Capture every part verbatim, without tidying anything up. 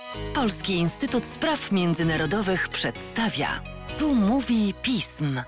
Polski Instytut Spraw Międzynarodowych przedstawia. Tu mówi pism.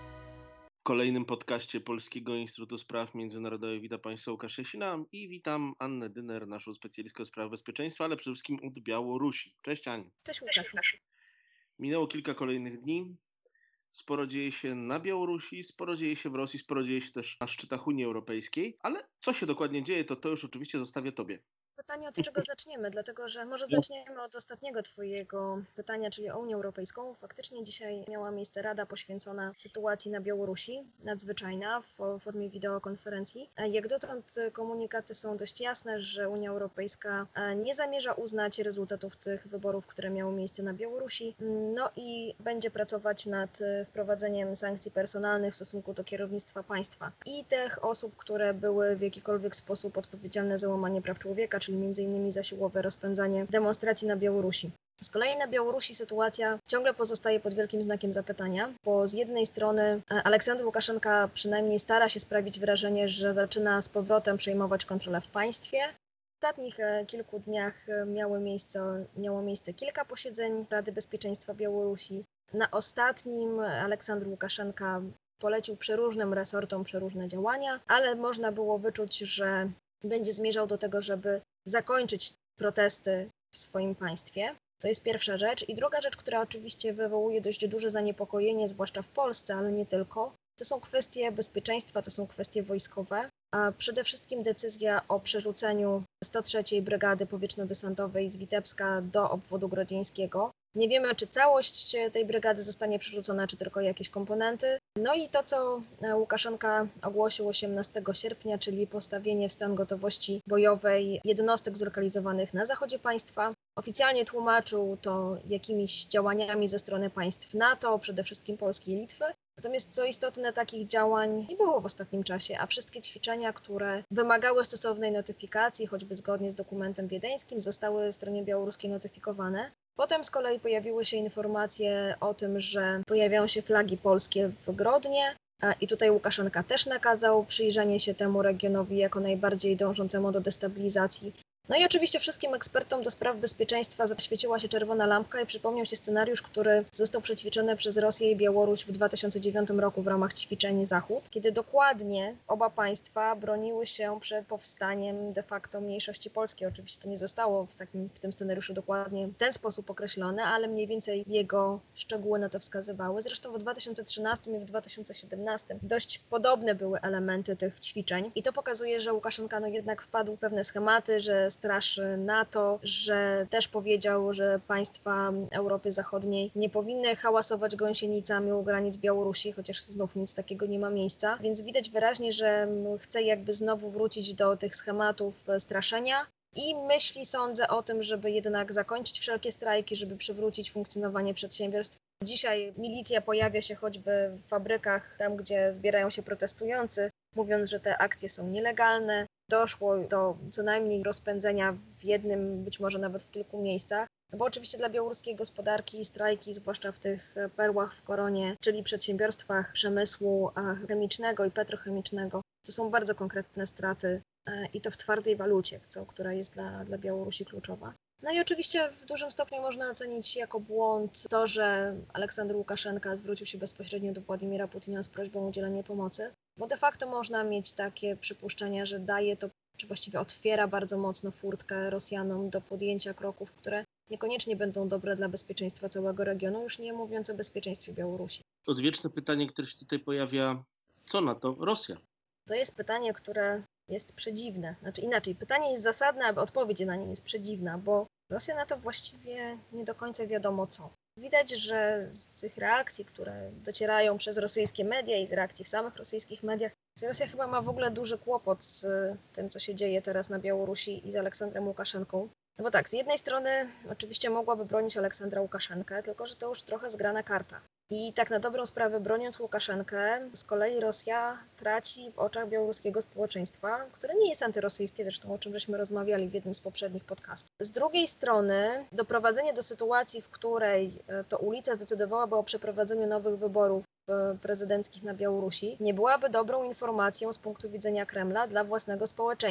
W kolejnym podcaście Polskiego Instytutu Spraw Międzynarodowych witam Państwa Łukasz Jasina i witam Annę Dyner, naszą specjalistkę do spraw bezpieczeństwa, ale przede wszystkim od Białorusi. Cześć Aniu. Cześć Łukaszu. Minęło kilka kolejnych dni. Sporo dzieje się na Białorusi, sporo dzieje się w Rosji, sporo dzieje się też na szczytach Unii Europejskiej, ale co się dokładnie dzieje, to to już oczywiście zostawię Tobie. Pytanie, od czego zaczniemy, dlatego że może zaczniemy od ostatniego Twojego pytania, czyli o Unię Europejską. Faktycznie dzisiaj miała miejsce rada poświęcona sytuacji na Białorusi, nadzwyczajna, w formie wideokonferencji. Jak dotąd komunikaty są dość jasne, że Unia Europejska nie zamierza uznać rezultatów tych wyborów, które miały miejsce na Białorusi, no i będzie pracować nad wprowadzeniem sankcji personalnych w stosunku do kierownictwa państwa i tych osób, które były w jakikolwiek sposób odpowiedzialne za łamanie praw człowieka, czyli między innymi za siłowe rozpędzanie demonstracji na Białorusi. Z kolei na Białorusi sytuacja ciągle pozostaje pod wielkim znakiem zapytania, bo z jednej strony Aleksandr Łukaszenka przynajmniej stara się sprawić wrażenie, że zaczyna z powrotem przejmować kontrolę w państwie. W ostatnich kilku dniach miało miejsce, miało miejsce kilka posiedzeń Rady Bezpieczeństwa Białorusi. Na ostatnim Aleksandr Łukaszenka polecił przeróżnym resortom przeróżne działania, ale można było wyczuć, że będzie zmierzał do tego, żeby zakończyć protesty w swoim państwie. To jest pierwsza rzecz. I druga rzecz, która oczywiście wywołuje dość duże zaniepokojenie, zwłaszcza w Polsce, ale nie tylko, to są kwestie bezpieczeństwa, to są kwestie wojskowe, a przede wszystkim decyzja o przerzuceniu sto trzeciej Brygady Powietrzno-Desantowej z Witebska do obwodu grodzieńskiego. Nie wiemy, czy całość tej brygady zostanie przerzucona, czy tylko jakieś komponenty. No i to, co Łukaszenka ogłosił osiemnastego sierpnia, czyli postawienie w stan gotowości bojowej jednostek zlokalizowanych na zachodzie państwa. Oficjalnie tłumaczył to jakimiś działaniami ze strony państw NATO, przede wszystkim Polski i Litwy. Natomiast co istotne, takich działań nie było w ostatnim czasie, a wszystkie ćwiczenia, które wymagały stosownej notyfikacji, choćby zgodnie z dokumentem wiedeńskim, zostały stronie białoruskiej notyfikowane. Potem z kolei pojawiły się informacje o tym, że pojawiają się flagi polskie w Grodnie i tutaj Łukaszenka też nakazał przyjrzenie się temu regionowi jako najbardziej dążącemu do destabilizacji. No i oczywiście wszystkim ekspertom do spraw bezpieczeństwa zaświeciła się czerwona lampka i przypomniał się scenariusz, który został przećwiczony przez Rosję i Białoruś w dwa tysiące dziewiątym roku w ramach ćwiczeń Zachód, kiedy dokładnie oba państwa broniły się przed powstaniem de facto mniejszości polskiej. Oczywiście to nie zostało w, takim, w tym scenariuszu dokładnie w ten sposób określone, ale mniej więcej jego szczegóły na to wskazywały. Zresztą w dwa tysiące trzynastym i w dwa tysiące siedemnastym dość podobne były elementy tych ćwiczeń i to pokazuje, że Łukaszenka no jednak wpadł w pewne schematy, że straszy NATO, że też powiedział, że państwa Europy Zachodniej nie powinny hałasować gąsienicami u granic Białorusi, chociaż znów nic takiego nie ma miejsca. Więc widać wyraźnie, że chce jakby znowu wrócić do tych schematów straszenia i myśli, sądzę, o tym, żeby jednak zakończyć wszelkie strajki, żeby przywrócić funkcjonowanie przedsiębiorstw. Dzisiaj milicja pojawia się choćby w fabrykach, tam gdzie zbierają się protestujący, mówiąc, że te akcje są nielegalne. Doszło do co najmniej rozpędzenia w jednym, być może nawet w kilku miejscach. No bo oczywiście dla białoruskiej gospodarki strajki, zwłaszcza w tych perłach w koronie, czyli przedsiębiorstwach przemysłu chemicznego i petrochemicznego, to są bardzo konkretne straty i to w twardej walucie, co, która jest dla, dla Białorusi kluczowa. No i oczywiście w dużym stopniu można ocenić jako błąd to, że Aleksander Łukaszenka zwrócił się bezpośrednio do Władimira Putina z prośbą o udzielenie pomocy, bo de facto można mieć takie przypuszczenia, że daje to, czy właściwie otwiera bardzo mocno furtkę Rosjanom do podjęcia kroków, które niekoniecznie będą dobre dla bezpieczeństwa całego regionu, już nie mówiąc o bezpieczeństwie Białorusi. Odwieczne pytanie, które się tutaj pojawia, co na to Rosja? To jest pytanie, które jest przedziwne. Znaczy inaczej, pytanie jest zasadne, a odpowiedź na nie jest przedziwna, bo Rosja na to właściwie nie do końca wiadomo co. Widać, że z tych reakcji, które docierają przez rosyjskie media i z reakcji w samych rosyjskich mediach, że Rosja chyba ma w ogóle duży kłopot z tym, co się dzieje teraz na Białorusi i z Aleksandrem Łukaszenką. No bo tak, z jednej strony oczywiście mogłaby bronić Aleksandra Łukaszenkę, tylko że to już trochę zgrana karta. I tak na dobrą sprawę, broniąc Łukaszenkę, z kolei Rosja traci w oczach białoruskiego społeczeństwa, które nie jest antyrosyjskie, zresztą o czym żeśmy rozmawiali w jednym z poprzednich podcastów. Z drugiej strony doprowadzenie do sytuacji, w której to ulica zdecydowałaby o przeprowadzeniu nowych wyborów prezydenckich na Białorusi, nie byłaby dobrą informacją z punktu widzenia Kremla dla własnego społeczeństwa.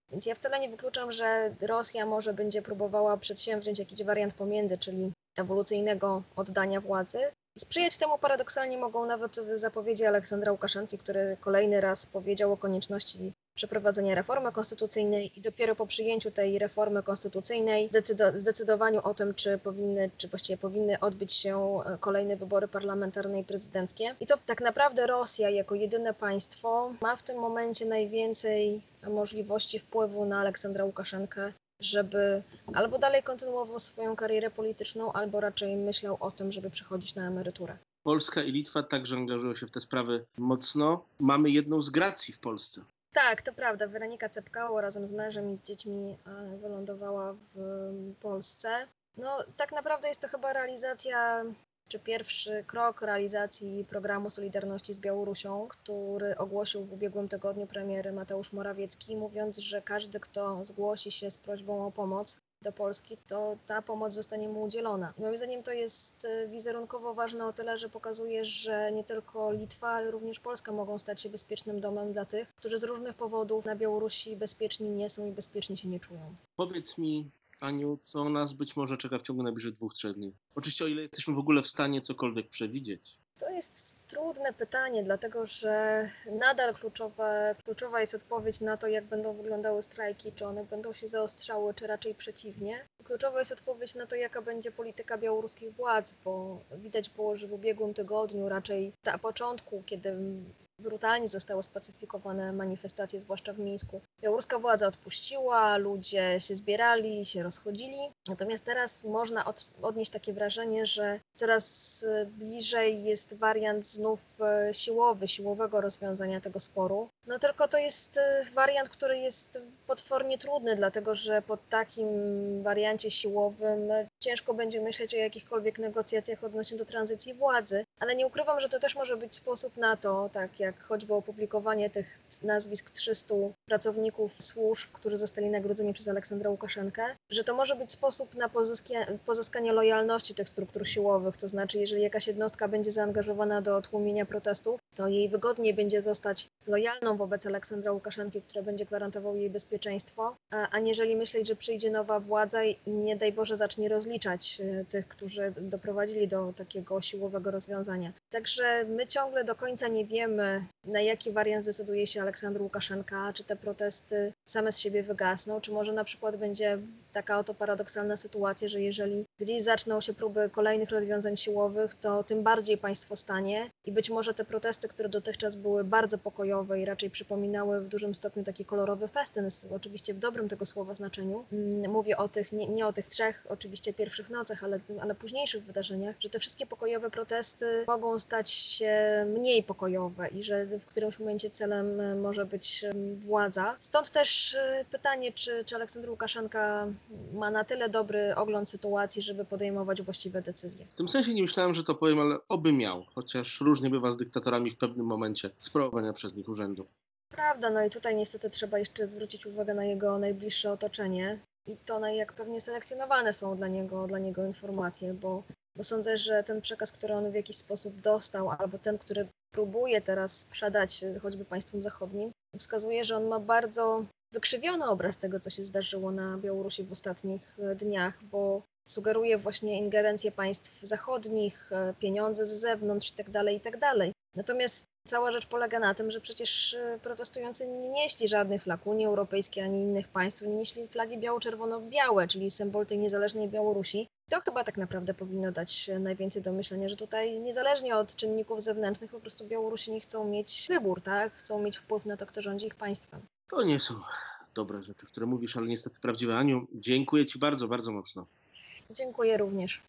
Więc ja wcale nie wykluczam, że Rosja może będzie próbowała przedsięwziąć jakiś wariant pomiędzy, czyli ewolucyjnego oddania władzy. I sprzyjać temu paradoksalnie mogą nawet zapowiedzi Aleksandra Łukaszenki, który kolejny raz powiedział o konieczności przeprowadzenia reformy konstytucyjnej i dopiero po przyjęciu tej reformy konstytucyjnej zdecydowaniu o tym, czy powinny, czy właściwie powinny odbyć się kolejne wybory parlamentarne i prezydenckie. I to tak naprawdę Rosja jako jedyne państwo ma w tym momencie najwięcej możliwości wpływu na Aleksandra Łukaszenkę, żeby albo dalej kontynuował swoją karierę polityczną, albo raczej myślał o tym, żeby przechodzić na emeryturę. Polska i Litwa także angażują się w te sprawy mocno. Mamy jedną z gracji w Polsce. Tak, to prawda. Weronika Cepkało razem z mężem i z dziećmi wylądowała w Polsce. No tak naprawdę jest to chyba realizacja, czy pierwszy krok realizacji programu Solidarności z Białorusią, który ogłosił w ubiegłym tygodniu premier Mateusz Morawiecki, mówiąc, że każdy, kto zgłosi się z prośbą o pomoc do Polski, to ta pomoc zostanie mu udzielona. Moim zdaniem to jest wizerunkowo ważne o tyle, że pokazuje, że nie tylko Litwa, ale również Polska mogą stać się bezpiecznym domem dla tych, którzy z różnych powodów na Białorusi bezpieczni nie są i bezpiecznie się nie czują. Powiedz mi, Aniu, co nas być może czeka w ciągu najbliższych dwóch, trzech dni? Oczywiście o ile jesteśmy w ogóle w stanie cokolwiek przewidzieć. To jest trudne pytanie, dlatego że nadal kluczowa, kluczowa jest odpowiedź na to, jak będą wyglądały strajki, czy one będą się zaostrzały, czy raczej przeciwnie. Kluczowa jest odpowiedź na to, jaka będzie polityka białoruskich władz, bo widać było, że w ubiegłym tygodniu, raczej na początku, kiedy brutalnie zostały spacyfikowane manifestacje, zwłaszcza w Mińsku, białoruska władza odpuściła, ludzie się zbierali, się rozchodzili. Natomiast teraz można od, odnieść takie wrażenie, że coraz bliżej jest wariant znów siłowy, siłowego rozwiązania tego sporu. No tylko to jest wariant, który jest potwornie trudny, dlatego że po takim wariancie siłowym ciężko będzie myśleć o jakichkolwiek negocjacjach odnośnie do tranzycji władzy, ale nie ukrywam, że to też może być sposób na to, tak jak choćby opublikowanie tych nazwisk trzystu pracowników służb, którzy zostali nagrodzeni przez Aleksandra Łukaszenkę, że to może być sposób na pozyskanie, pozyskanie lojalności tych struktur siłowych, to znaczy jeżeli jakaś jednostka będzie zaangażowana do tłumienia protestów, to jej wygodniej będzie zostać lojalną wobec Aleksandra Łukaszenki, który będzie gwarantował jej bezpieczeństwo, a aniżeli myśleć, że przyjdzie nowa władza i nie daj Boże zacznie rozliczać tych, którzy doprowadzili do takiego siłowego rozwiązania. Także my ciągle do końca nie wiemy, na jaki wariant zdecyduje się Aleksander Łukaszenka, czy te protesty same z siebie wygasną, czy może na przykład będzie taka oto paradoksalna sytuacja, że jeżeli gdzieś zaczną się próby kolejnych rozwiązań siłowych, to tym bardziej państwo stanie i być może te protesty, które dotychczas były bardzo pokojowe i raczej przypominały w dużym stopniu taki kolorowy festyn, oczywiście w dobrym tego słowa znaczeniu. Mówię o tych, nie, nie o tych trzech oczywiście pierwszych nocach, ale, ale późniejszych wydarzeniach, że te wszystkie pokojowe protesty mogą stać się mniej pokojowe i że w którymś momencie celem może być władza. Stąd też pytanie, czy, czy Aleksander Łukaszenka ma na tyle dobry ogląd sytuacji, żeby podejmować właściwe decyzje. W tym sensie nie myślałem, że to powiem, ale oby miał, chociaż różnie bywa z dyktatorami w pewnym momencie sprawowania przez nich urzędu. Prawda, no i tutaj niestety trzeba jeszcze zwrócić uwagę na jego najbliższe otoczenie i to, na jak pewnie selekcjonowane są dla niego, dla niego informacje, bo, bo sądzę, że ten przekaz, który on w jakiś sposób dostał, albo ten, który próbuje teraz sprzedać choćby państwom zachodnim, wskazuje, że on ma bardzo wykrzywiony obraz tego, co się zdarzyło na Białorusi w ostatnich dniach, bo sugeruje właśnie ingerencję państw zachodnich, pieniądze z zewnątrz itd., itd. Natomiast cała rzecz polega na tym, że przecież protestujący nie nieśli żadnych flag Unii Europejskiej ani innych państw, nie nieśli flagi biało-czerwono-białe, czyli symbol tej niezależnej Białorusi. To chyba tak naprawdę powinno dać najwięcej do myślenia, że tutaj niezależnie od czynników zewnętrznych po prostu Białorusini chcą mieć wybór, tak? Chcą mieć wpływ na to, kto rządzi ich państwem. To nie są dobre rzeczy, które mówisz, ale niestety prawdziwe. Aniu, dziękuję Ci bardzo, bardzo mocno. Dziękuję również.